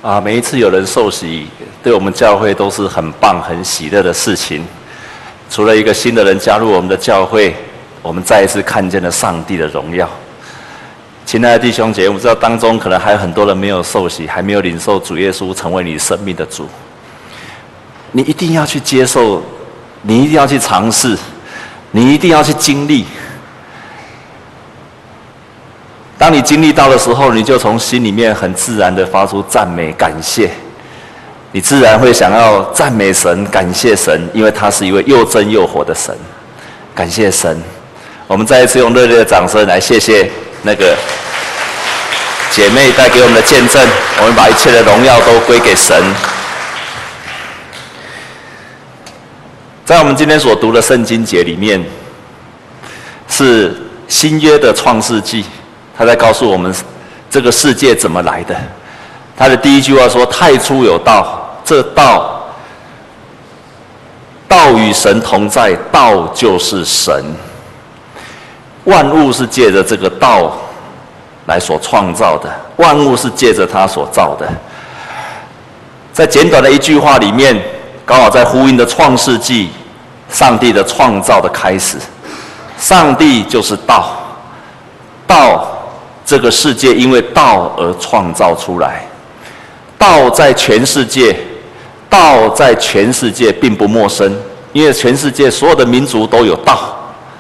每一次有人受洗，对我们教会都是很棒、很喜乐的事情。除了一个新的人加入我们的教会，我们再一次看见了上帝的荣耀。亲爱的弟兄姐妹，我知道当中可能还有很多人没有受洗，还没有领受主耶稣成为你生命的主。你一定要去接受，你一定要去尝试，你一定要去经历。当你经历到的时候，你就从心里面很自然的发出赞美感谢，你自然会想要赞美神、感谢神，因为他是一位又真又活的神。感谢神，我们再一次用热烈的掌声来谢谢那个姐妹带给我们的见证，我们把一切的荣耀都归给神。在我们今天所读的圣经节里面，是新约的创世纪。他在告诉我们这个世界怎么来的。他的第一句话说：太初有道，这道与神同在，道就是神。万物是借着这个道来所创造的，万物是借着他所造的。在简短的一句话里面，刚好在呼应的创世纪，上帝的创造的开始。上帝就是道，道这个世界因为道而创造出来，道在全世界，道在全世界并不陌生，因为全世界所有的民族都有道。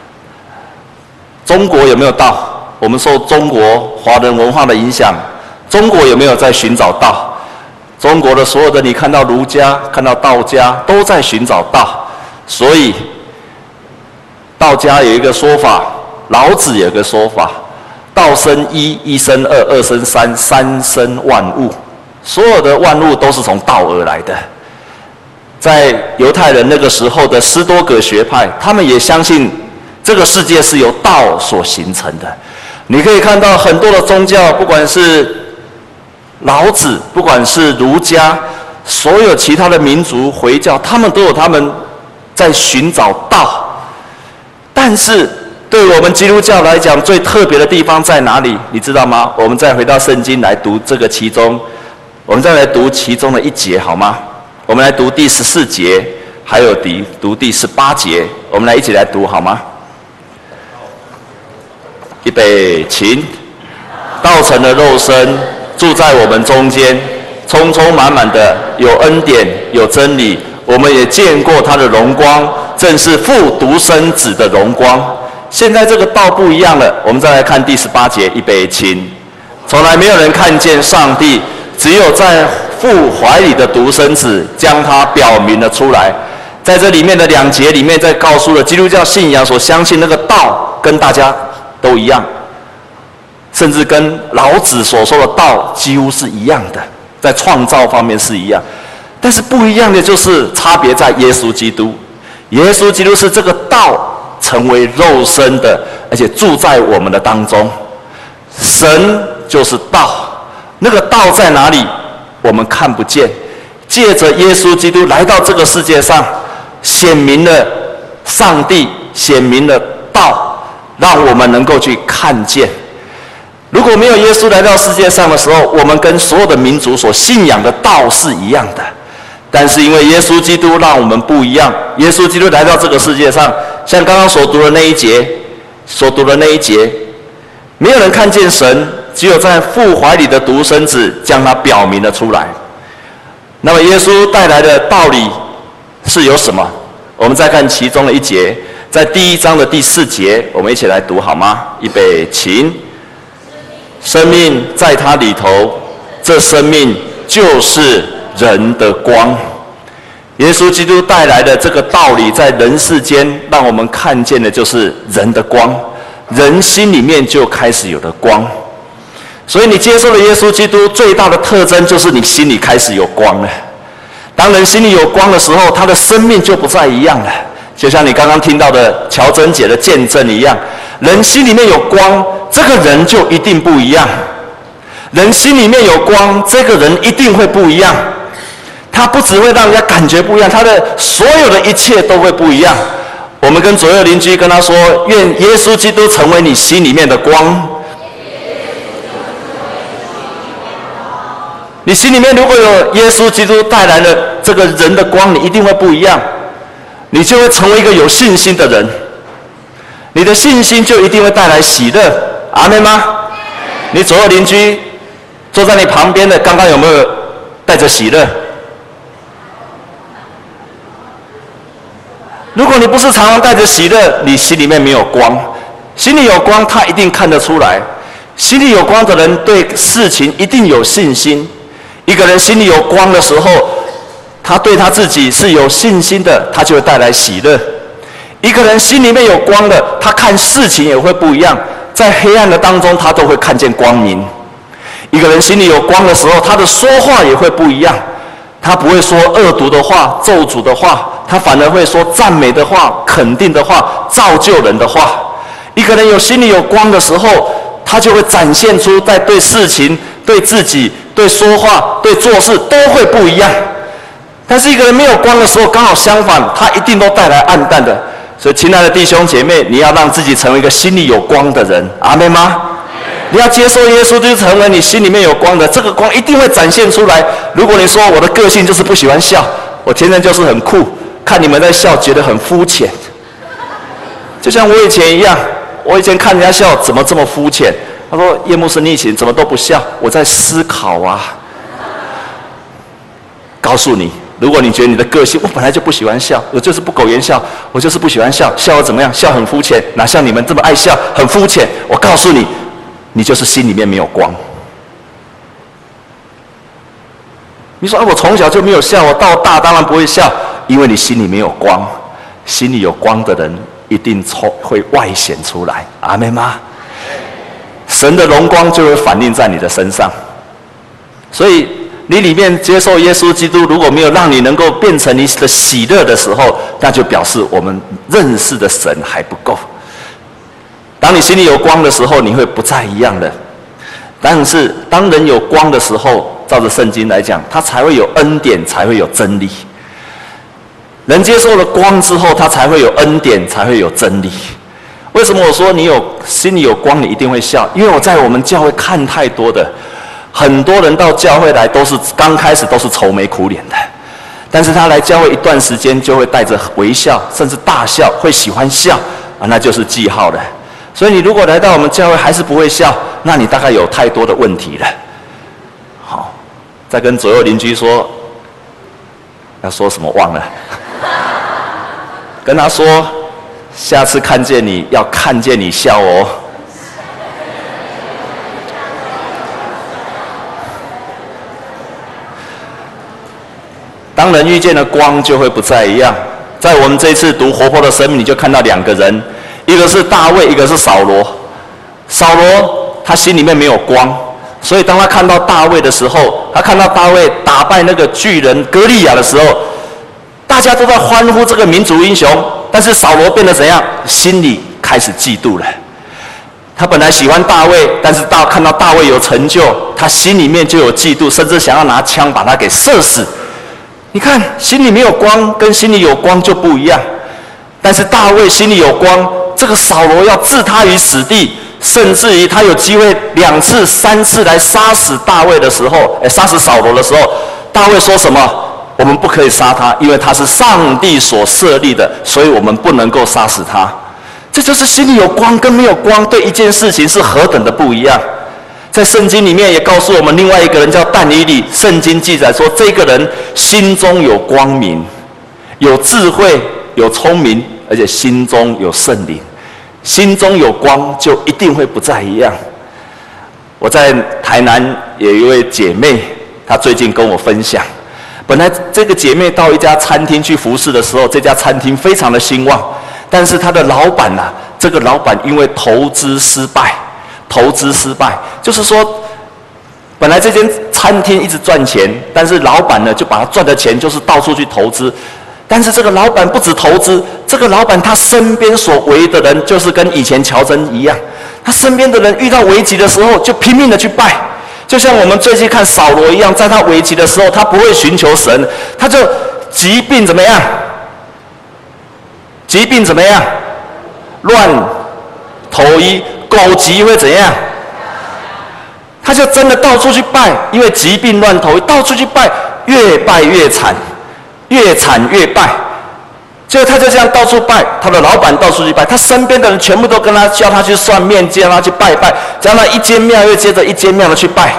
中国有没有道？我们受中国华人文化的影响，中国有没有在寻找道？中国的所有的你看到儒家、看到道家都在寻找道，所以道家有一个说法，老子有一个说法。道生一，一生二，二生三，三生万物。所有的万物都是从道而来的。在犹太人那个时候的斯多葛学派，他们也相信这个世界是由道所形成的。你可以看到很多的宗教，不管是老子，不管是儒家，所有其他的民族回教，他们都有他们在寻找道。但是对我们基督教来讲，最特别的地方在哪里？你知道吗？我们再回到圣经来读这个其中，我们再来读其中的一节好吗？我们来读第14节，还有读第18节，我们来一起来读好吗？预备，请。道成了肉身，住在我们中间，充充满满的有恩典，有真理。我们也见过他的荣光，正是父独生子的荣光。现在这个道不一样了，我们再来看第18节，预备，请。从来没有人看见上帝，只有在父怀里的独生子将他表明了出来。在这里面的2节里面，在告诉了基督教信仰所相信那个道跟大家都一样，甚至跟老子所说的道几乎是一样的，在创造方面是一样。但是不一样的就是差别在耶稣基督。耶稣基督是这个道成为肉身的，而且住在我们的当中。神就是道，那个道在哪里？我们看不见。借着耶稣基督来到这个世界上，显明了上帝，显明了道，让我们能够去看见。如果没有耶稣来到世界上的时候，我们跟所有的民族所信仰的道是一样的。但是因为耶稣基督让我们不一样，耶稣基督来到这个世界上，像刚刚所读的那一节，没有人看见神，只有在父怀里的独生子将他表明了出来。那么耶稣带来的道理是有什么？我们再看其中的一节，在第1章的第4节，我们一起来读好吗？预备，请。生命在他里头，这生命就是人的光。耶稣基督带来的这个道理，在人世间让我们看见的就是人的光，人心里面就开始有了光。所以你接受了耶稣基督，最大的特征就是你心里开始有光了。当人心里有光的时候，他的生命就不再一样了。就像你刚刚听到的乔珍姐的见证一样，人心里面有光，这个人就一定不一样。人心里面有光，这个人一定会不一样。他不只会让人家感觉不一样，他的所有的一切都会不一样。我们跟左右邻居跟他说，愿耶稣基督成为你心里面的光。 你心里面如果有耶稣基督带来的这个人的光，你一定会不一样，你就会成为一个有信心的人。你的信心就一定会带来喜乐，阿们吗？你左右邻居坐在你旁边的，刚刚有没有带着喜乐？如果你不是常常带着喜乐，你心里面没有光。心里有光，他一定看得出来。心里有光的人对事情一定有信心。一个人心里有光的时候，他对他自己是有信心的，他就会带来喜乐。一个人心里面有光的，他看事情也会不一样，在黑暗的当中，他都会看见光明。一个人心里有光的时候，他的说话也会不一样，他不会说恶毒的话、咒诅的话，他反而会说赞美的话、肯定的话、造就人的话。一个人心里有光的时候，他就会展现出在对事情、对自己、对说话、对做事都会不一样。但是一个人没有光的时候，刚好相反，他一定都带来暗淡的。所以，亲爱的弟兄姐妹，你要让自己成为一个心里有光的人，阿们吗？你要接受耶稣，就成为你心里面有光的，这个光一定会展现出来。如果你说我的个性就是不喜欢笑，我天生就是很酷，看你们在笑觉得很肤浅，就像我以前一样，我以前看人家笑怎么这么肤浅？他说叶牧师，你以前怎么都不笑？我在思考啊。告诉你，如果你觉得你的个性，我本来就不喜欢笑，我就是不苟言笑，我就是不喜欢笑，笑得怎么样？笑很肤浅，哪像你们这么爱笑，很肤浅。我告诉你，你就是心里面没有光。你说我从小就没有笑，我到大当然不会笑，因为你心里没有光。心里有光的人一定会外显出来，阿们吗？神的荣光就会反映在你的身上。所以你里面接受耶稣基督，如果没有让你能够变成你的喜乐的时候，那就表示我们认识的神还不够。当你心里有光的时候，你会不再一样的。但是当人有光的时候，照着圣经来讲，他才会有恩典，才会有真理。人接受了光之后，他才会有恩典，才会有真理。为什么我说你心里有光，你一定会笑？因为我在我们教会看太多的，很多人到教会来都是刚开始都是愁眉苦脸的，但是他来教会一段时间就会带着微笑，甚至大笑，会喜欢笑啊，那就是记号了。所以你如果来到我们教会还是不会笑，那你大概有太多的问题了。好，再跟左右邻居说，要说什么忘了。跟他说，下次看见你要看见你笑哦。当人遇见了光，就会不再一样。在我们这一次读活泼的生命，你就看到两个人，一个是大卫，一个是扫罗。扫罗他心里面没有光，所以当他看到大卫的时候，他看到大卫打败那个巨人歌利亚的时候，大家都在欢呼这个民族英雄，但是扫罗变得怎样？心里开始嫉妒了。他本来喜欢大卫，但是看到大卫有成就，他心里面就有嫉妒，甚至想要拿枪把他给射死。你看，心里没有光跟心里有光就不一样。但是大卫心里有光，这个扫罗要置他于死地，甚至于他有机会2次、3次来杀死大卫的时候，杀死扫罗的时候，大卫说什么？我们不可以杀他，因为他是上帝所设立的，所以我们不能够杀死他。这就是心里有光跟没有光对一件事情是何等的不一样。在圣经里面也告诉我们，另外一个人叫但以理，圣经记载说，这个人心中有光明，有智慧，有聪明，而且心中有圣灵。心中有光，就一定会不再一样。我在台南有一位姐妹，她最近跟我分享，本来这个姐妹到一家餐厅去服侍的时候，这家餐厅非常的兴旺，但是她的老板啊，这个老板因为投资失败，就是说，本来这间餐厅一直赚钱，但是老板呢就把他赚的钱就是到处去投资，但是这个老板不止投资，这个老板他身边所围的人就是跟以前乔珍一样，他身边的人遇到危急的时候就拼命的去拜。就像我们最近看扫罗一样，在他危急的时候，他不会寻求神，他就疾病怎么样？疾病怎么样？乱投医，狗急会怎样？ 他就真的到处去拜，因为疾病乱投医，到处去拜，越拜越惨，越惨越拜。结果他就这样到处拜，他的老板到处去拜，他身边的人全部都跟他叫他去算命，叫他去拜拜，叫他一间庙又接着一间庙的去拜，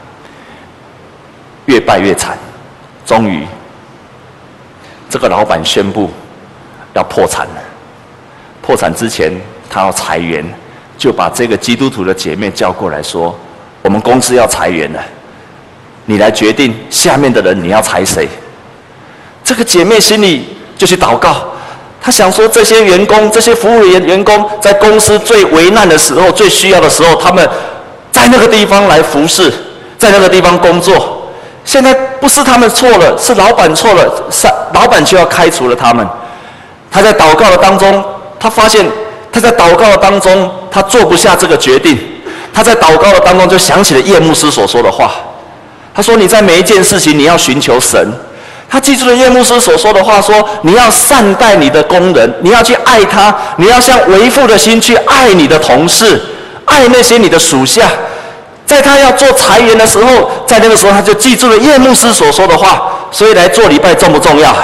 越拜越惨。终于，这个老板宣布要破产了。破产之前，他要裁员，就把这个基督徒的姐妹叫过来说：“我们公司要裁员了，你来决定下面的人你要裁谁。”这个姐妹心里就去祷告，她想说：这些员工、这些服务员工，在公司最危难的时候、最需要的时候，他们在那个地方来服侍，在那个地方工作。现在不是他们错了，是老板错了，老板就要开除了他们。他在祷告的当中，他发现他在祷告的当中，他做不下这个决定。他在祷告的当中就想起了叶牧师所说的话。他说：“你在每一件事情，你要寻求神。”他记住了叶牧师所说的话，说：“你要善待你的工人，你要去爱他，你要像为父的心去爱你的同事，爱那些你的属下。”在他要做裁员的时候，在那个时候他就记住了叶牧师所说的话，所以来做礼拜重不重要？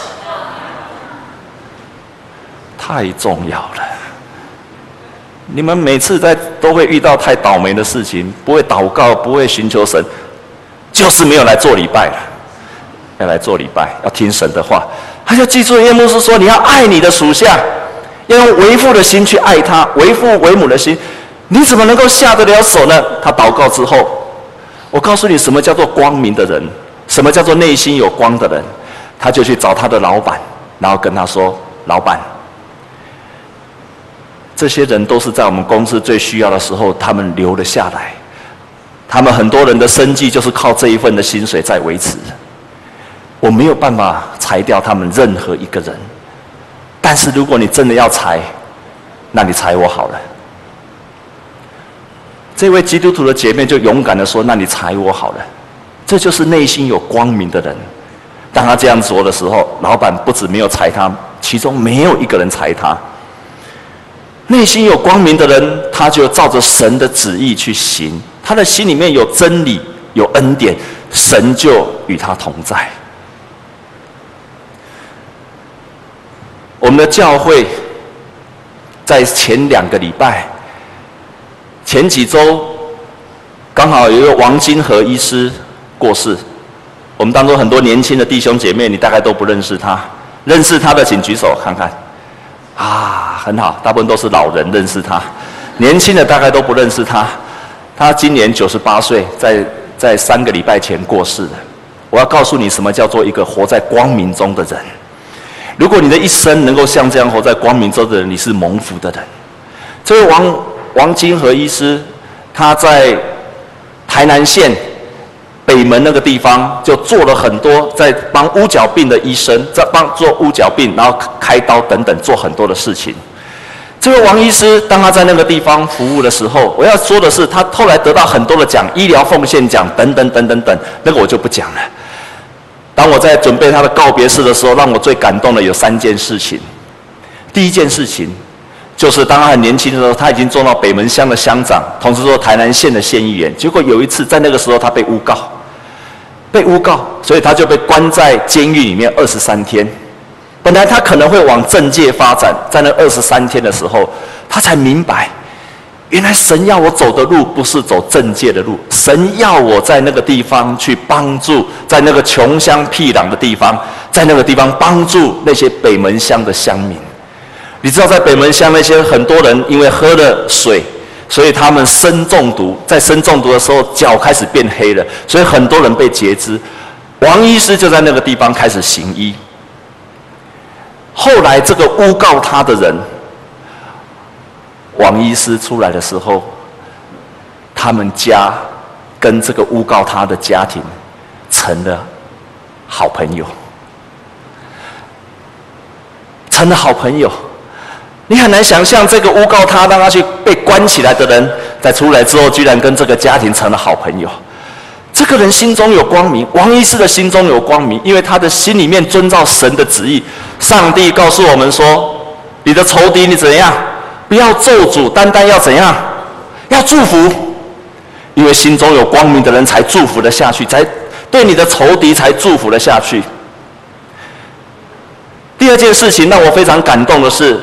太重要了！你们每次都会遇到太倒霉的事情，不会祷告，不会寻求神，就是没有来做礼拜了。要来做礼拜，要听神的话，他就记住了叶牧师说：“你要爱你的属下，要用为父的心去爱他，为父为母的心。”你怎么能够下得了手呢？他祷告之后，我告诉你什么叫做光明的人，什么叫做内心有光的人。他就去找他的老板，然后跟他说：“老板，这些人都是在我们公司最需要的时候，他们留了下来。他们很多人的生计就是靠这一份的薪水在维持。我没有办法裁掉他们任何一个人，但是如果你真的要裁，那你裁我好了。”这位基督徒的姐妹就勇敢地说：“那你裁我好了。”这就是内心有光明的人。当他这样做的时候，老板不止没有裁他，其中没有一个人裁他。内心有光明的人，他就照着神的旨意去行，他的心里面有真理，有恩典，神就与他同在。我们的教会在前2个礼拜。前几周刚好有一个王金和医师过世，我们当中很多年轻的弟兄姐妹，你大概都不认识他，认识他的请举手看看。啊，很好，大部分都是老人认识他，年轻的大概都不认识他。他今年98岁，在3个礼拜前过世的。我要告诉你，什么叫做一个活在光明中的人。如果你的一生能够像这样活在光明中的人，你是蒙福的人。这位王金和医师，他在台南县北门那个地方就做了很多，在帮乌角病的医生，在帮做乌角病，然后开刀等等，做很多的事情。这位王医师，当他在那个地方服务的时候，我要说的是，他后来得到很多的奖，医疗奉献奖等等等等等，那个我就不讲了。当我在准备他的告别式的时候，让我最感动的有3件事情。第一件事情，就是当他很年轻的时候，他已经做到北门乡的乡长，同时做台南县的县议员。结果有一次，在那个时候他被诬告，所以他就被关在监狱里面23天。本来他可能会往政界发展，在那23天的时候，他才明白，原来神要我走的路不是走政界的路，神要我在那个地方去帮助，在那个穷乡僻壤的地方，在那个地方帮助那些北门乡的乡民。你知道，在北门乡那些很多人因为喝了水，所以他们砷中毒，在砷中毒的时候脚开始变黑了，所以很多人被截肢。王医师就在那个地方开始行医。后来这个诬告他的人，王医师出来的时候，他们家跟这个诬告他的家庭成了好朋友，成了好朋友。你很难想象，这个诬告他让他去被关起来的人，在出来之后，居然跟这个家庭成了好朋友。这个人心中有光明，王医师的心中有光明，因为他的心里面遵照神的旨意。上帝告诉我们说：“你的仇敌你怎样？不要咒诅，单单要怎样？要祝福。 因为心中有光明的人才祝福了下去，才对你的仇敌才祝福了下去。第二件事情让我非常感动的是，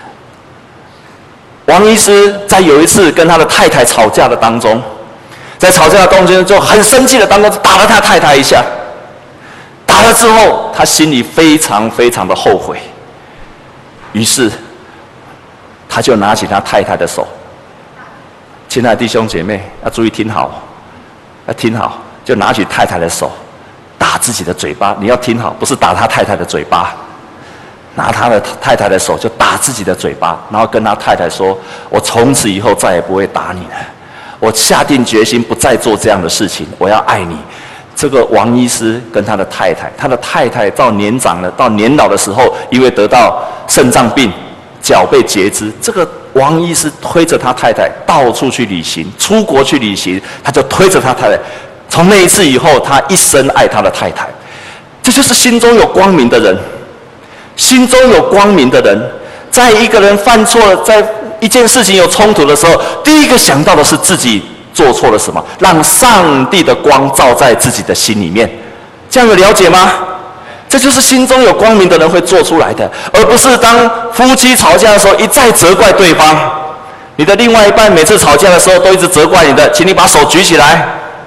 王医师在有一次跟他的太太吵架的当中，在吵架的中间就很生气的当中打了他太太一下，打了之后他心里非常非常的后悔，于是他就拿起他太太的手，亲爱的弟兄姐妹要注意听好，要听好，就拿起太太的手打自己的嘴巴，你要听好，不是打他太太的嘴巴，拿他的太太的手就打自己的嘴巴，然后跟他太太说：“我从此以后再也不会打你了，我下定决心不再做这样的事情，我要爱你。”这个王医师跟他的太太到年长了，到年老的时候，因为得到肾脏病，脚被截肢，这个王医师推着他太太到处去旅行，出国去旅行，他就推着他太太。从那一次以后，他一生爱他的太太。这就是心中有光明的人。心中有光明的人，在一个人犯错了，在一件事情有冲突的时候，第一个想到的是自己做错了什么，让上帝的光照在自己的心里面。这样有了解吗？这就是心中有光明的人会做出来的，而不是当夫妻吵架的时候一再责怪对方。你的另外一半每次吵架的时候都一直责怪你的，请你把手举起来。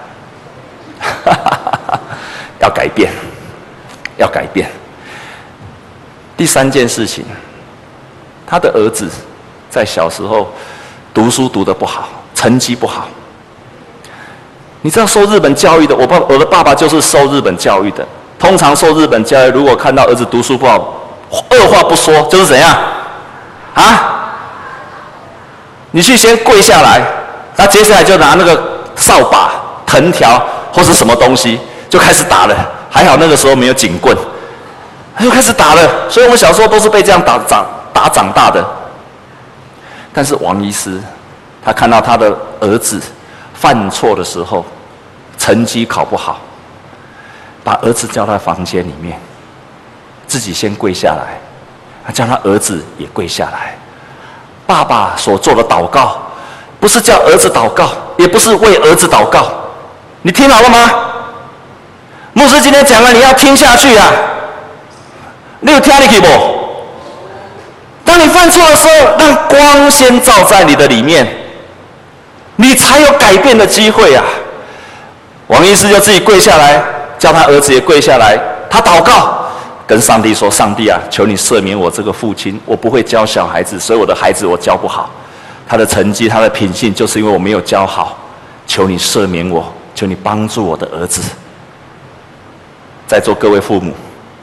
要改变，要改变。第三件事情，他的儿子在小时候读书读得不好，成绩不好。你知道受日本教育的，我的爸爸就是受日本教育的。通常受日本教育，如果看到儿子读书不好，二话不说就是怎样啊？你去先跪下来，那接下来就拿那个扫把、藤条或是什么东西就开始打了。还好那个时候没有警棍。他就开始打了，所以我小时候都是被这样打长大的。但是王医师，他看到他的儿子犯错的时候，成绩考不好，把儿子叫到房间里面，自己先跪下来，他叫他儿子也跪下来。爸爸所做的祷告，不是叫儿子祷告，也不是为儿子祷告，你听好了吗？牧师今天讲了，你要听下去啊！你有听进去不？当你犯错的时候，让光先照在你的里面，你才有改变的机会啊！王医师就自己跪下来，叫他儿子也跪下来，他祷告，跟上帝说：“上帝啊，求你赦免我这个父亲，我不会教小孩子，所以我的孩子我教不好，他的成绩、他的品性，就是因为我没有教好，求你赦免我，求你帮助我的儿子。”在座各位父母，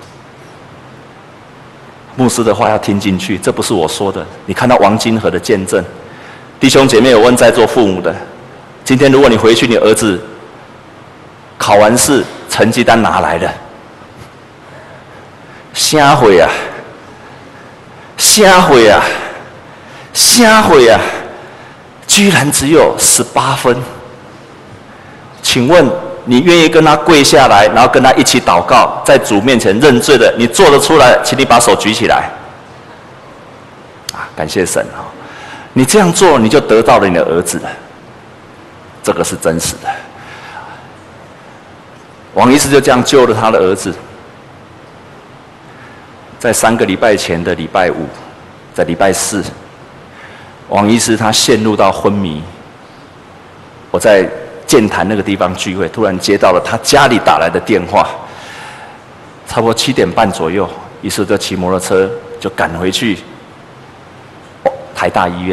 牧师的话要听进去，这不是我说的。你看到王金河的见证，弟兄姐妹有问在座父母的，今天如果你回去，你儿子考完试成绩单拿来了，啥会啊？啥会啊？啥会啊？居然只有18分，请问你愿意跟他跪下来，然后跟他一起祷告，在主面前认罪的，你做得出来，请你把手举起来。感谢神啊！你这样做，你就得到了你的儿子了。这个是真实的。王医师就这样救了他的儿子。在3个礼拜前的礼拜5，在礼拜4，王医师他陷入到昏迷。我在剑潭那个地方聚会，突然接到了他家里打来的电话，差不多7点半左右，于是就骑摩托车就赶回去台大医院。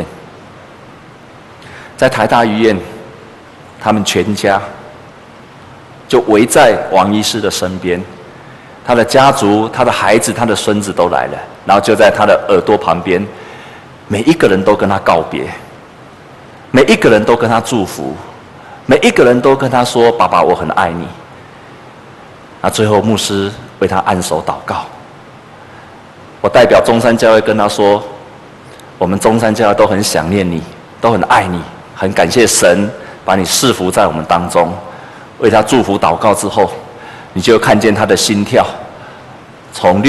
在台大医院，他们全家就围在王医师的身边，他的家族、他的孩子、他的孙子都来了，然后就在他的耳朵旁边，每一个人都跟他告别，每一个人都跟他祝福。每一个人都跟他说：“爸爸，我很爱你。”那最后牧师为他按手祷告。我代表中山教会跟他说：“我们中山教会都很想念你，都很爱你，很感谢神把你赐福在我们当中。”为他祝福祷告之后，你就看见他的心跳从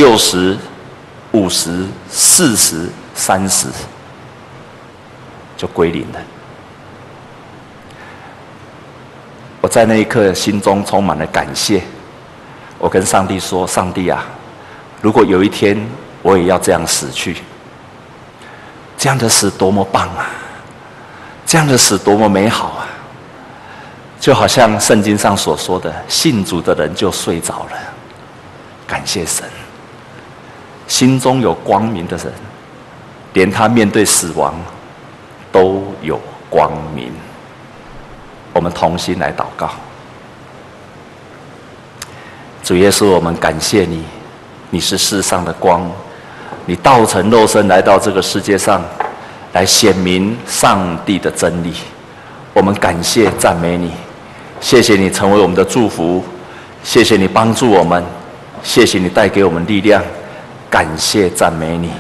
60、50、40、30就归零了。 我在那一刻心中充满了感谢。我跟上帝说：“上帝啊，如果有一天我也要这样死去，这样的死多么棒啊！这样的死多么美好啊！就好像圣经上所说的，信主的人就睡着了。感谢神，心中有光明的人，连他面对死亡都有光明。”我们同心来祷告。主耶稣，我们感谢你，你是世上的光，你道成肉身来到这个世界上，来显明上帝的真理。我们感谢赞美你，谢谢你成为我们的祝福，谢谢你帮助我们，谢谢你带给我们力量，感谢赞美你。